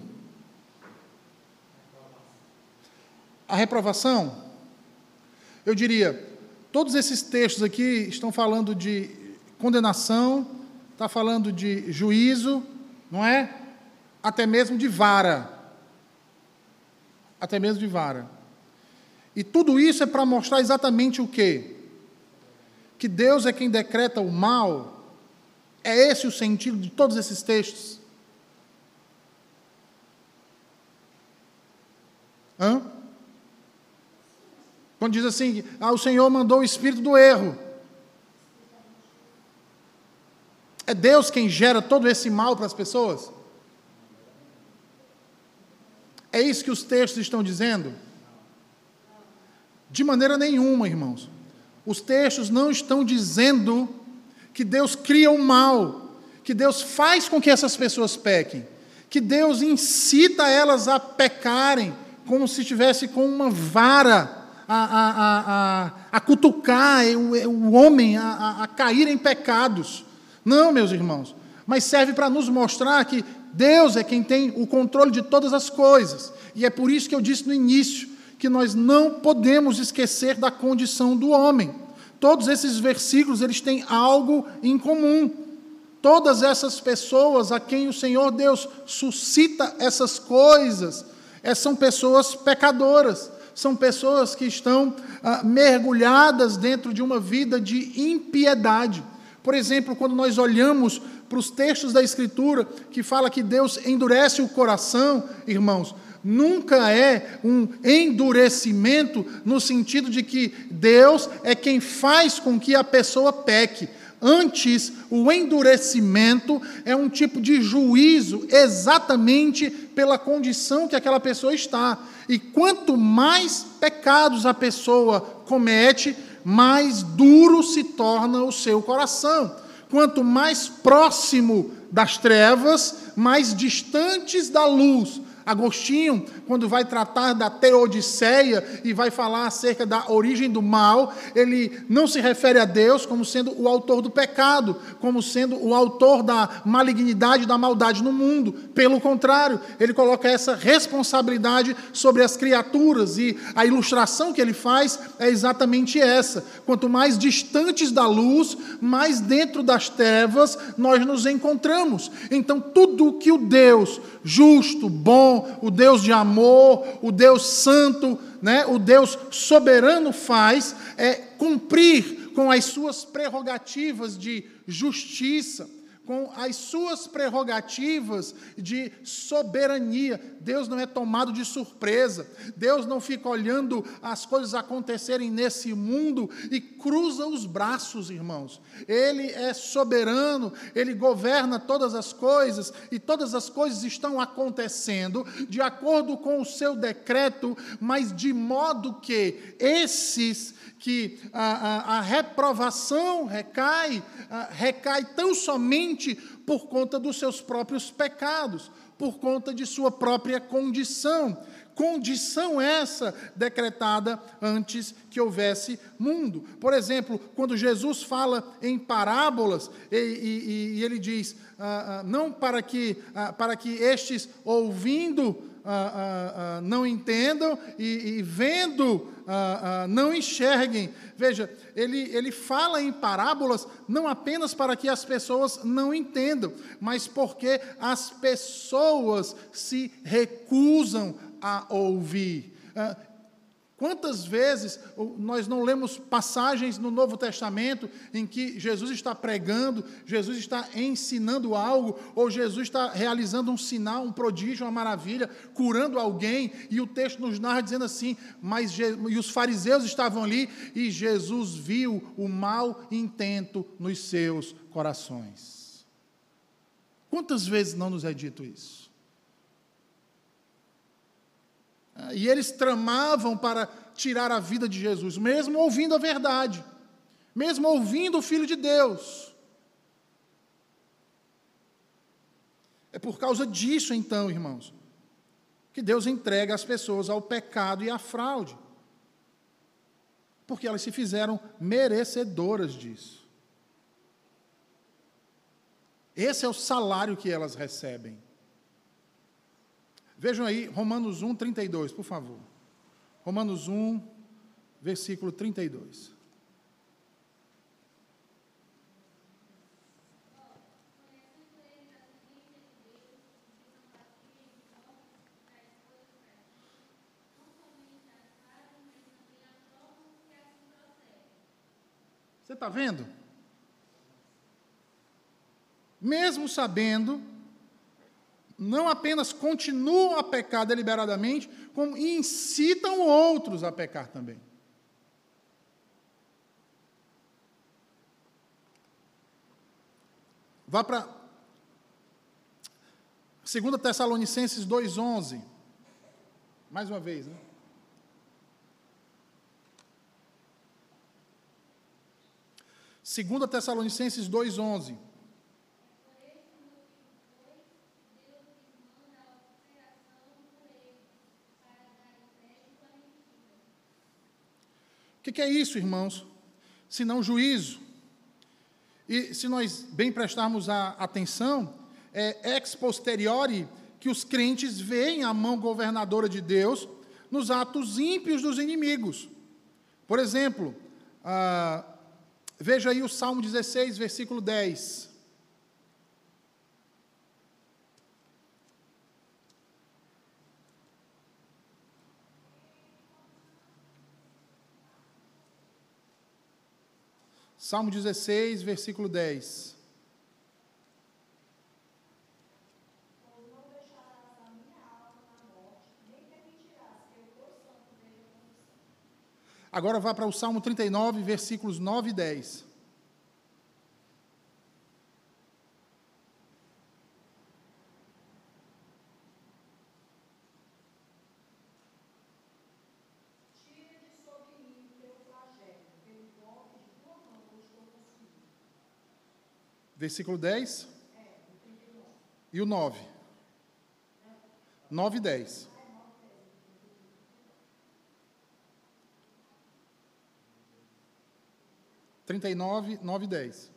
A reprovação? Eu diria, todos esses textos aqui estão falando de condenação, está falando de juízo, não é? Até mesmo de vara. Até mesmo de vara. E tudo isso é para mostrar exatamente o quê? Que Deus é quem decreta o mal. É esse o sentido de todos esses textos? Hã? Quando diz assim, ah, o Senhor mandou o espírito do erro. É Deus quem gera todo esse mal para as pessoas? É isso que os textos estão dizendo? De maneira nenhuma, irmãos. Os textos não estão dizendo que Deus cria o mal, que Deus faz com que essas pessoas pequem, que Deus incita elas a pecarem, como se estivesse com uma vara a, a, a, a, a cutucar o, o homem a, a, a cair em pecados. Não, meus irmãos, mas serve para nos mostrar que Deus é quem tem o controle de todas as coisas, e é por isso que eu disse no início, que nós não podemos esquecer da condição do homem. Todos esses versículos, eles têm algo em comum. Todas essas pessoas a quem o Senhor Deus suscita essas coisas, são pessoas pecadoras, são pessoas que estão ah, mergulhadas dentro de uma vida de impiedade. Por exemplo, quando nós olhamos para os textos da Escritura, que fala que Deus endurece o coração, irmãos, nunca é um endurecimento no sentido de que Deus é quem faz com que a pessoa peque. Antes, o endurecimento é um tipo de juízo exatamente pela condição que aquela pessoa está. E quanto mais pecados a pessoa comete, mais duro se torna o seu coração. Quanto mais próximo das trevas, mais distantes da luz Agostinho, quando vai tratar da Teodiceia e vai falar acerca da origem do mal, ele não se refere a Deus como sendo o autor do pecado, como sendo o autor da malignidade e da maldade no mundo. Pelo contrário, ele coloca essa responsabilidade sobre as criaturas, e a ilustração que ele faz é exatamente essa. Quanto mais distantes da luz, mais dentro das trevas nós nos encontramos. Então, tudo que o Deus justo, bom, o Deus de amor, o Deus santo, né, o Deus soberano faz é cumprir com as suas prerrogativas de justiça, com as suas prerrogativas de soberania. Deus não é tomado de surpresa. Deus não fica olhando as coisas acontecerem nesse mundo e cruza os braços, irmãos. Ele é soberano, Ele governa todas as coisas, e todas as coisas estão acontecendo de acordo com o seu decreto, mas de modo que esses que a, a, a reprovação recai, a, recai tão somente por conta dos seus próprios pecados, por conta de sua própria condição. Condição essa decretada antes que houvesse mundo. Por exemplo, quando Jesus fala em parábolas, e, e, e ele diz, ah, ah, não para que, ah, para que estes ouvindo ah, ah, ah, não entendam, e, e vendo ah, ah, não enxerguem. Veja, ele, ele fala em parábolas não apenas para que as pessoas não entendam, mas porque as pessoas se recusam a ouvir. Quantas vezes nós não lemos passagens no Novo Testamento em que Jesus está pregando, Jesus está ensinando algo, ou Jesus está realizando um sinal, um prodígio, uma maravilha, curando alguém, e o texto nos narra dizendo assim, mas e os fariseus estavam ali, e Jesus viu o mau intento nos seus corações. Quantas vezes não nos é dito isso? E eles tramavam para tirar a vida de Jesus, mesmo ouvindo a verdade, mesmo ouvindo o Filho de Deus. É por causa disso, então, irmãos, que Deus entrega as pessoas ao pecado e à fraude, porque elas se fizeram merecedoras disso. Esse é o salário que elas recebem. Vejam aí, Romanos um, trinta e dois, por favor. Romanos um, versículo trinta e dois. Você está vendo? Mesmo sabendo, não apenas continuam a pecar deliberadamente, como incitam outros a pecar também. Vá para segunda Tessalonicenses dois, onze. Mais uma vez, né? segunda Tessalonicenses dois, onze. O que, que é isso, irmãos? Se não juízo. E se nós bem prestarmos a atenção, é ex posteriori que os crentes veem a mão governadora de Deus nos atos ímpios dos inimigos. Por exemplo, ah, veja aí o Salmo dezesseis, versículo dez. Salmo dezesseis, versículo dez. Não deixarás a minha alma na morte, nem permitirás que o teu santo veja corrupção. Agora vá para o Salmo trinta e nove, versículos nove e dez. Tira de sobre mim o teu flagelo, pelo golpe de tua mão eu estou possuído. Versículo dez. É, o trinta e nove. E o nove. nove e dez. trinta e nove, nove e dez.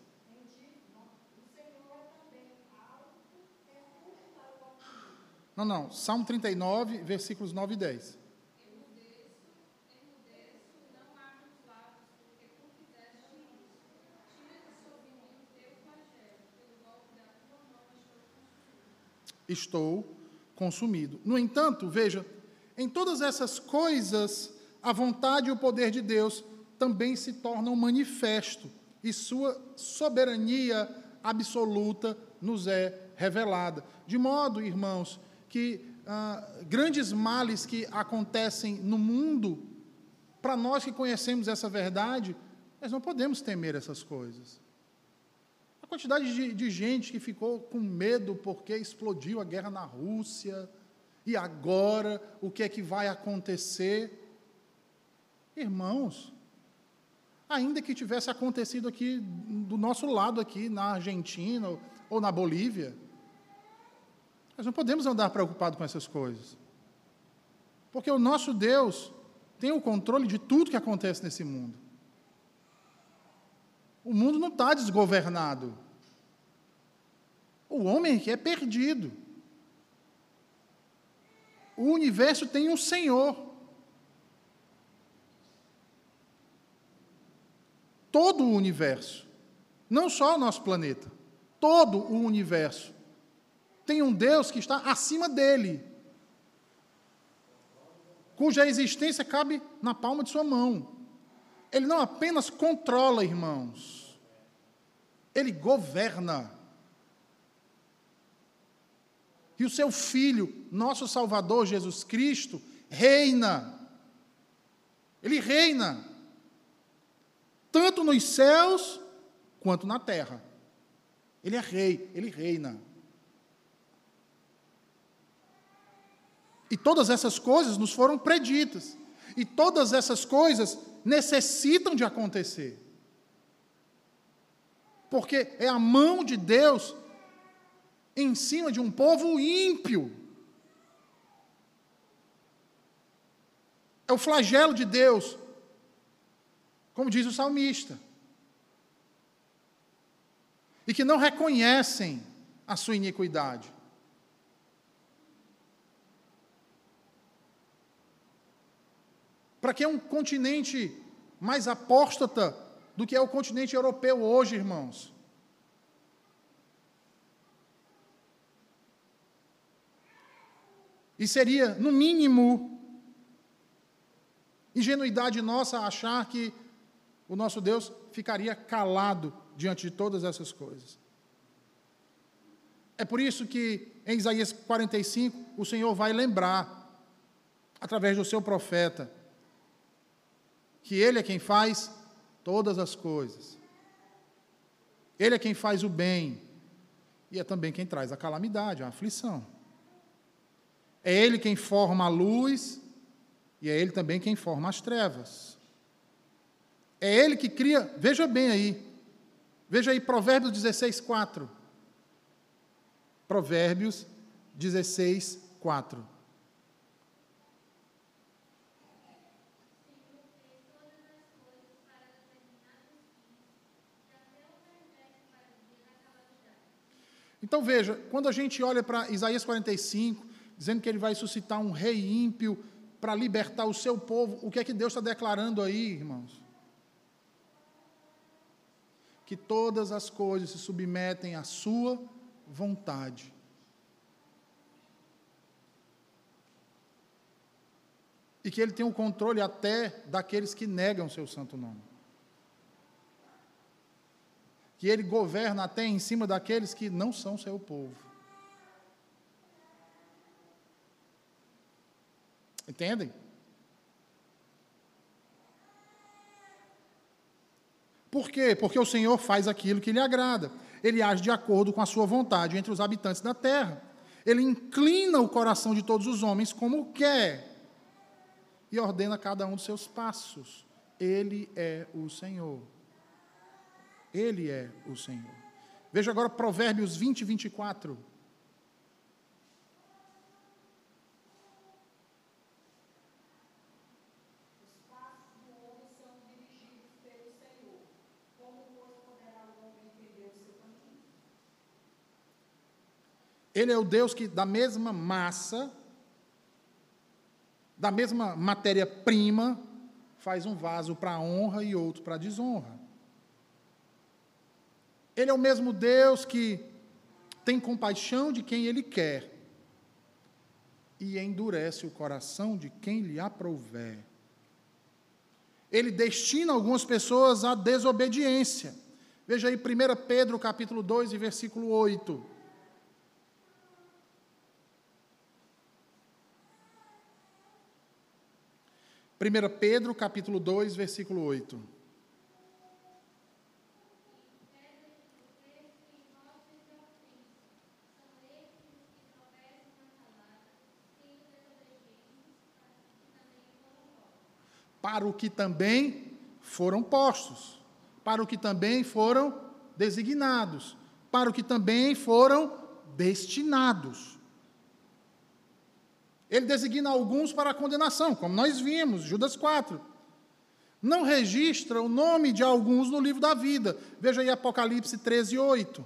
Não, não. Salmo trinta e nove, versículos nove e dez. Emudeço, emudeço, não abro os lábios, porque tu fizeste isso. Tira sobre mim o teu flagelo, pelo golpe da tua mão estou consumido. Estou consumido. No entanto, veja, em todas essas coisas, a vontade e o poder de Deus também se tornam manifesto, e sua soberania absoluta nos é revelada. De modo, irmãos, que ah, grandes males que acontecem no mundo, para nós que conhecemos essa verdade, nós não podemos temer essas coisas. A quantidade de, de gente que ficou com medo porque explodiu a guerra na Rússia, e agora o que é que vai acontecer? Irmãos, ainda que tivesse acontecido aqui do nosso lado, aqui na Argentina ou na Bolívia, nós não podemos andar preocupados com essas coisas. Porque o nosso Deus tem o controle de tudo que acontece nesse mundo. O mundo não está desgovernado. O homem aqui é perdido. O universo tem um Senhor. Todo o universo, não só o nosso planeta, todo o universo tem um Deus que está acima dele, cuja existência cabe na palma de sua mão. Ele não apenas controla, irmãos, ele governa. E o seu Filho, nosso Salvador Jesus Cristo, reina. Ele reina. Tanto nos céus, quanto na terra. Ele é rei, ele reina. E todas essas coisas nos foram preditas. E todas essas coisas necessitam de acontecer. Porque é a mão de Deus em cima de um povo ímpio. É o flagelo de Deus, como diz o salmista, e que não reconhecem a sua iniquidade. Para que é um continente mais apóstata do que é o continente europeu hoje, irmãos? E seria, no mínimo, ingenuidade nossa achar que o nosso Deus ficaria calado diante de todas essas coisas. É por isso que, em Isaías quarenta e cinco, o Senhor vai lembrar, através do seu profeta, que Ele é quem faz todas as coisas. Ele é quem faz o bem, e é também quem traz a calamidade, a aflição. É Ele quem forma a luz, e é Ele também quem forma as trevas. É Ele que cria, veja bem aí, veja aí Provérbios dezesseis, quatro. Provérbios dezesseis, quatro. Então veja, quando a gente olha para Isaías quarenta e cinco, dizendo que Ele vai suscitar um rei ímpio para libertar o seu povo, o que é que Deus está declarando aí, irmãos? Que todas as coisas se submetem à sua vontade. E que Ele tem o controle até daqueles que negam o seu santo nome. Que Ele governa até em cima daqueles que não são seu povo. Entendem? Por quê? Porque o Senhor faz aquilo que lhe agrada. Ele age de acordo com a sua vontade entre os habitantes da terra. Ele inclina o coração de todos os homens como quer e ordena cada um dos seus passos. Ele é o Senhor. Ele é o Senhor. Veja agora Provérbios vinte, vinte e quatro. Ele é o Deus que, da mesma massa, da mesma matéria-prima, faz um vaso para a honra e outro para a desonra. Ele é o mesmo Deus que tem compaixão de quem Ele quer e endurece o coração de quem lhe aprouver. Ele destina algumas pessoas à desobediência. Veja aí primeira Pedro, capítulo dois, e versículo oito. primeira Pedro, capítulo dois, versículo oito. Para o que também foram postos, para o que também foram designados, para o que também foram destinados. Ele designa alguns para a condenação, como nós vimos, Judas quatro. Não registra o nome de alguns no livro da vida. Veja aí Apocalipse treze, oito.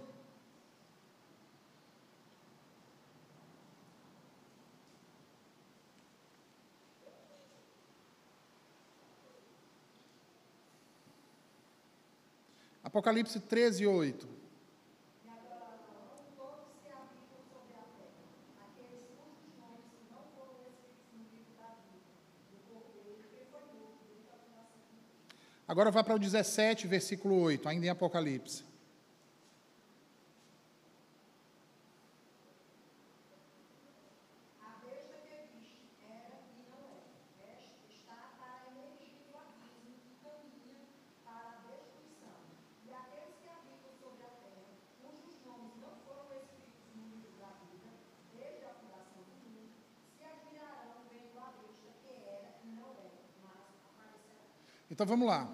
Apocalipse treze, oito. E adorarão todos que habitam sobre a terra, aqueles cujos nomes não foram escritos no livro da vida, do Cordeiro que foi morto desde a fundação do mundo. Agora vai para o dezessete, versículo oito, ainda em Apocalipse. A besta que viste era e não é. Esta está para emergir do abismo que caminha para a destruição. E aqueles que habitam sobre a terra, cujos nomes não foram escritos no livro da vida, desde a fundação do mundo, se admirarão vendo a besta que era e não é, mas aparecerá. Então vamos lá.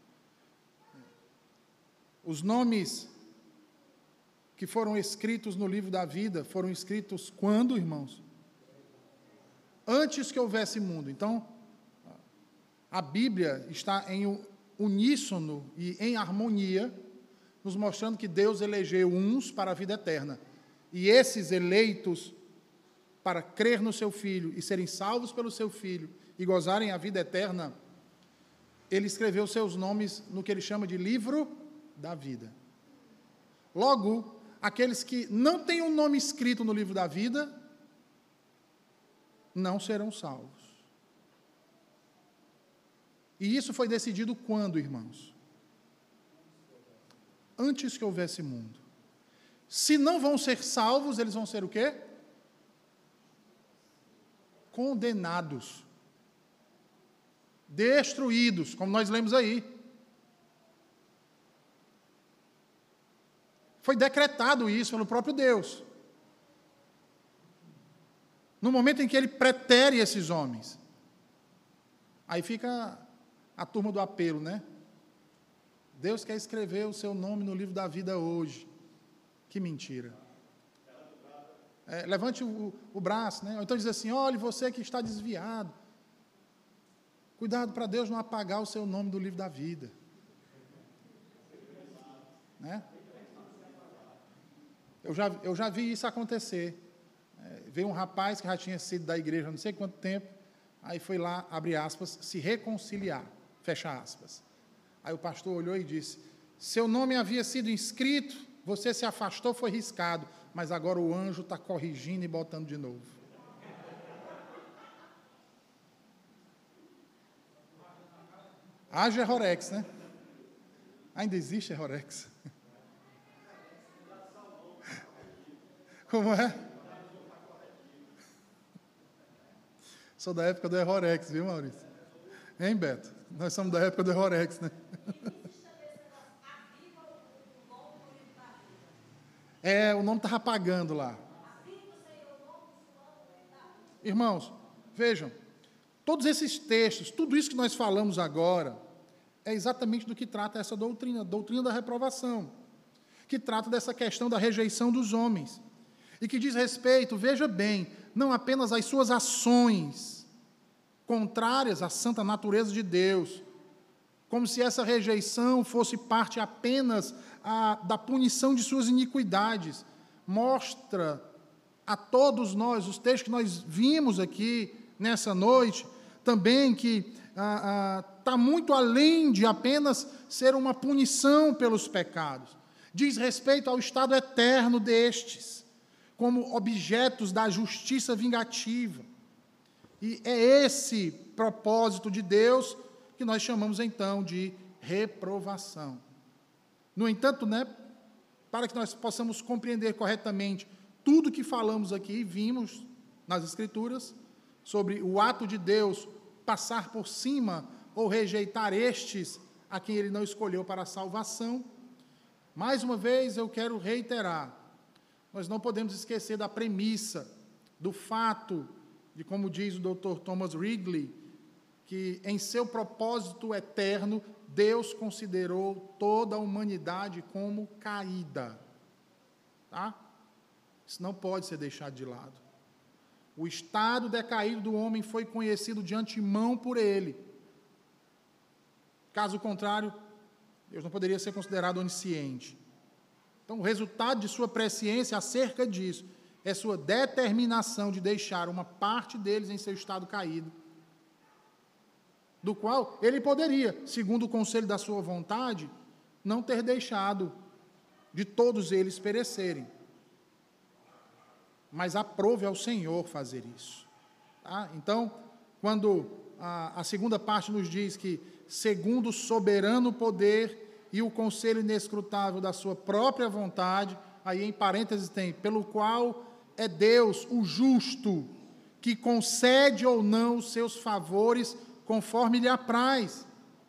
Os nomes que foram escritos no livro da vida foram escritos quando, irmãos? Antes que houvesse mundo. Então, a Bíblia está em uníssono e em harmonia, nos mostrando que Deus elegeu uns para a vida eterna. E esses eleitos, para crer no seu Filho e serem salvos pelo seu Filho e gozarem a vida eterna, ele escreveu seus nomes no que ele chama de livro da vida. Logo, aqueles que não têm um nome escrito no livro da vida, não serão salvos. E isso foi decidido quando, irmãos? Antes que houvesse mundo. Se não vão ser salvos, eles vão ser o quê? Condenados. Destruídos, como nós lemos aí. Foi decretado isso pelo próprio Deus. No momento em que ele pretere esses homens. Aí fica a turma do apelo, né? Deus quer escrever o seu nome no livro da vida hoje. Que mentira. É, levante o, o braço, né? Ou então diz assim, olhe, você que está desviado. Cuidado para Deus não apagar o seu nome do livro da vida. Né? Eu já, eu já vi isso acontecer. É, veio um rapaz que já tinha sido da igreja há não sei quanto tempo, aí foi lá, abre aspas, se reconciliar, fecha aspas. Aí o pastor olhou e disse, seu nome havia sido inscrito, você se afastou, foi riscado, mas agora o anjo está corrigindo e botando de novo. Haja Rorex, né? Ainda existe Rorex? Como é? Sou da época do Errorex, viu, Maurício? Hein, Beto? Nós somos da época do Errorex, né? É, o nome estava apagando lá. Irmãos, vejam, todos esses textos, tudo isso que nós falamos agora, é exatamente do que trata essa doutrina, a doutrina da reprovação, que trata dessa questão da rejeição dos homens. E que diz respeito, veja bem, não apenas às suas ações contrárias à santa natureza de Deus, como se essa rejeição fosse parte apenas a, da punição de suas iniquidades. Mostra a todos nós, os textos que nós vimos aqui nessa noite, também que ah, ah, está muito além de apenas ser uma punição pelos pecados. Diz respeito ao estado eterno destes, como objetos da justiça vingativa. E é esse propósito de Deus que nós chamamos então de reprovação. No entanto, né, para que nós possamos compreender corretamente tudo que falamos aqui e vimos nas Escrituras sobre o ato de Deus passar por cima ou rejeitar estes a quem Ele não escolheu para a salvação, mais uma vez eu quero reiterar, nós não podemos esquecer da premissa, do fato de, como diz o doutor Thomas Wrigley, que em seu propósito eterno, Deus considerou toda a humanidade como caída. Tá? Isso não pode ser deixado de lado. O estado decaído do homem foi conhecido de antemão por ele. Caso contrário, Deus não poderia ser considerado onisciente. Então, o resultado de sua presciência acerca disso é sua determinação de deixar uma parte deles em seu estado caído, do qual ele poderia, segundo o conselho da sua vontade, não ter deixado de todos eles perecerem. Mas aprove ao Senhor fazer isso. Tá? Então, quando a, a segunda parte nos diz que, segundo o soberano poder e o conselho inescrutável da sua própria vontade, aí em parênteses tem, pelo qual é Deus, o justo, que concede ou não os seus favores conforme lhe apraz.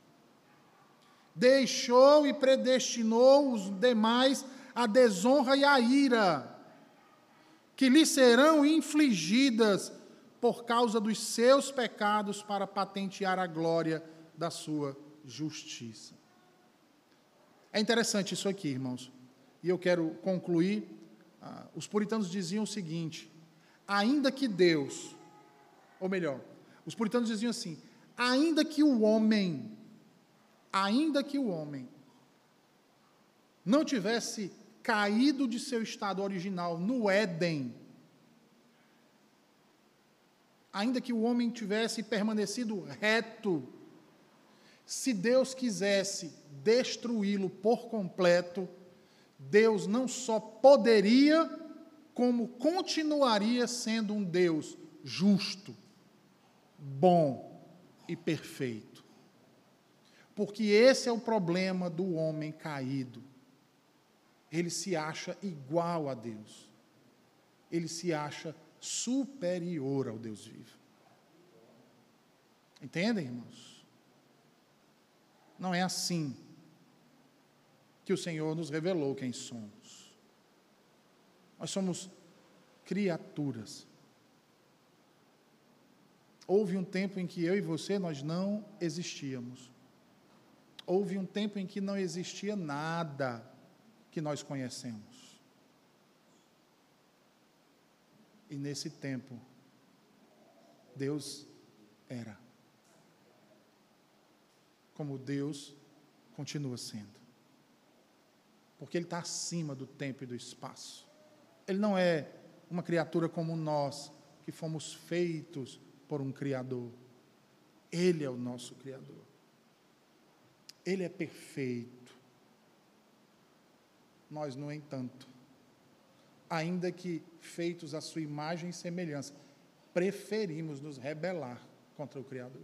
Deixou e predestinou os demais à desonra e à ira, que lhe serão infligidas por causa dos seus pecados, para patentear a glória da sua justiça. É interessante isso aqui, irmãos, e eu quero concluir. Ah, os puritanos diziam o seguinte: ainda que Deus, ou melhor, os puritanos diziam assim, ainda que o homem, ainda que o homem não tivesse caído de seu estado original no Éden, ainda que o homem tivesse permanecido reto, se Deus quisesse destruí-lo por completo, Deus não só poderia, como continuaria sendo um Deus justo, bom e perfeito. Porque esse é o problema do homem caído. Ele se acha igual a Deus. Ele se acha superior ao Deus vivo. Entendem, irmãos? Não é assim que o Senhor nos revelou quem somos. Nós somos criaturas. Houve um tempo em que eu e você, nós não existíamos. Houve um tempo em que não existia nada que nós conhecemos. E nesse tempo, Deus era. Como Deus continua sendo. Porque Ele está acima do tempo e do espaço. Ele não é uma criatura como nós, que fomos feitos por um Criador. Ele é o nosso Criador. Ele é perfeito. Nós, no entanto, ainda que feitos à sua imagem e semelhança, preferimos nos rebelar contra o Criador.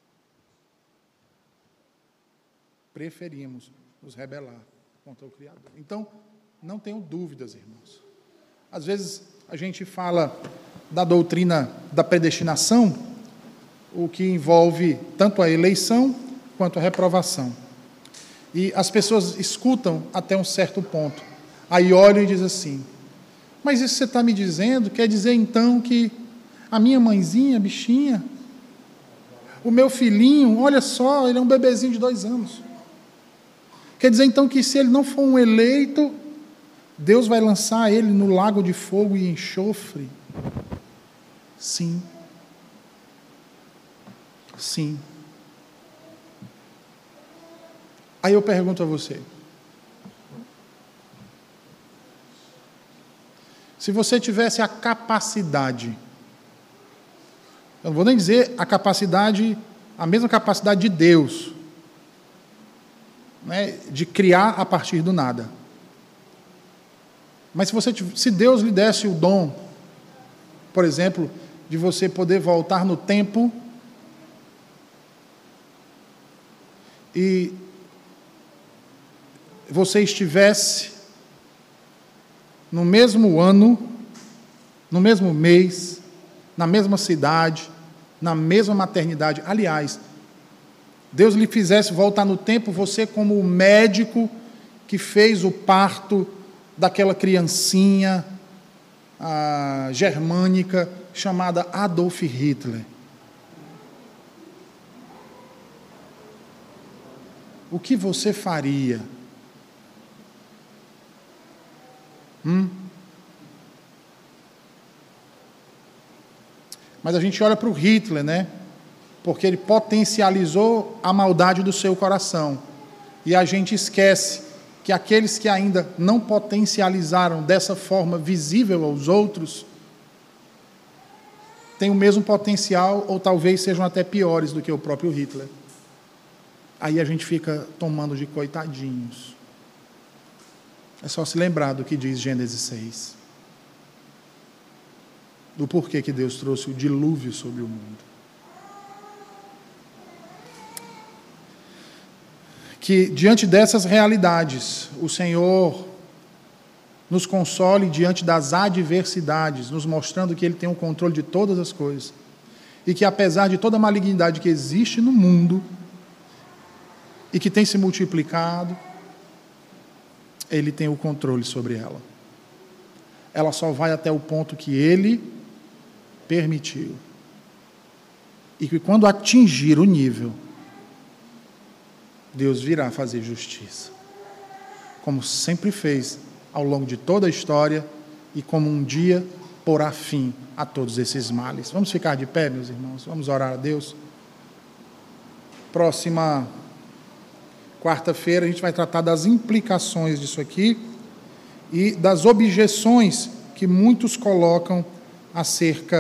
Preferimos nos rebelar contra o Criador. Então, não tenham dúvidas, irmãos. Às vezes, a gente fala da doutrina da predestinação, o que envolve tanto a eleição quanto a reprovação. E as pessoas escutam até um certo ponto. Aí olham e dizem assim, mas isso que você está me dizendo, quer dizer então que a minha mãezinha, bichinha, o meu filhinho, olha só, ele é um bebezinho de dois anos. Quer dizer então que se ele não for um eleito, Deus vai lançar ele no lago de fogo e enxofre? Sim. Sim. Aí eu pergunto a você, Se você tivesse a capacidade, eu não vou nem dizer a capacidade, a mesma capacidade de Deus, né, de criar a partir do nada. Mas se, você, se Deus lhe desse o dom, por exemplo, de você poder voltar no tempo e você estivesse no mesmo ano, no mesmo mês, na mesma cidade, na mesma maternidade. Aliás, Deus lhe fizesse voltar no tempo, você como o médico que fez o parto daquela criancinha a germânica chamada Adolf Hitler. O que você faria? Hum? Mas a gente olha para o Hitler, né? Porque ele potencializou a maldade do seu coração. E a gente esquece que aqueles que ainda não potencializaram dessa forma visível aos outros têm o mesmo potencial, ou talvez sejam até piores do que o próprio Hitler. Aí a gente fica tomando de coitadinhos. É só se lembrar do que diz Gênesis seis. Do porquê que Deus trouxe o dilúvio sobre o mundo. Que diante dessas realidades, o Senhor nos console diante das adversidades, nos mostrando que Ele tem o controle de todas as coisas. E que apesar de toda a malignidade que existe no mundo, e que tem se multiplicado, Ele tem o controle sobre ela. Ela só vai até o ponto que Ele permitiu. E que quando atingir o nível, Deus virá fazer justiça. Como sempre fez ao longo de toda a história e como um dia porá fim a todos esses males. Vamos ficar de pé, meus irmãos? Vamos orar a Deus? Próxima quarta-feira a gente vai tratar das implicações disso aqui e das objeções que muitos colocam acerca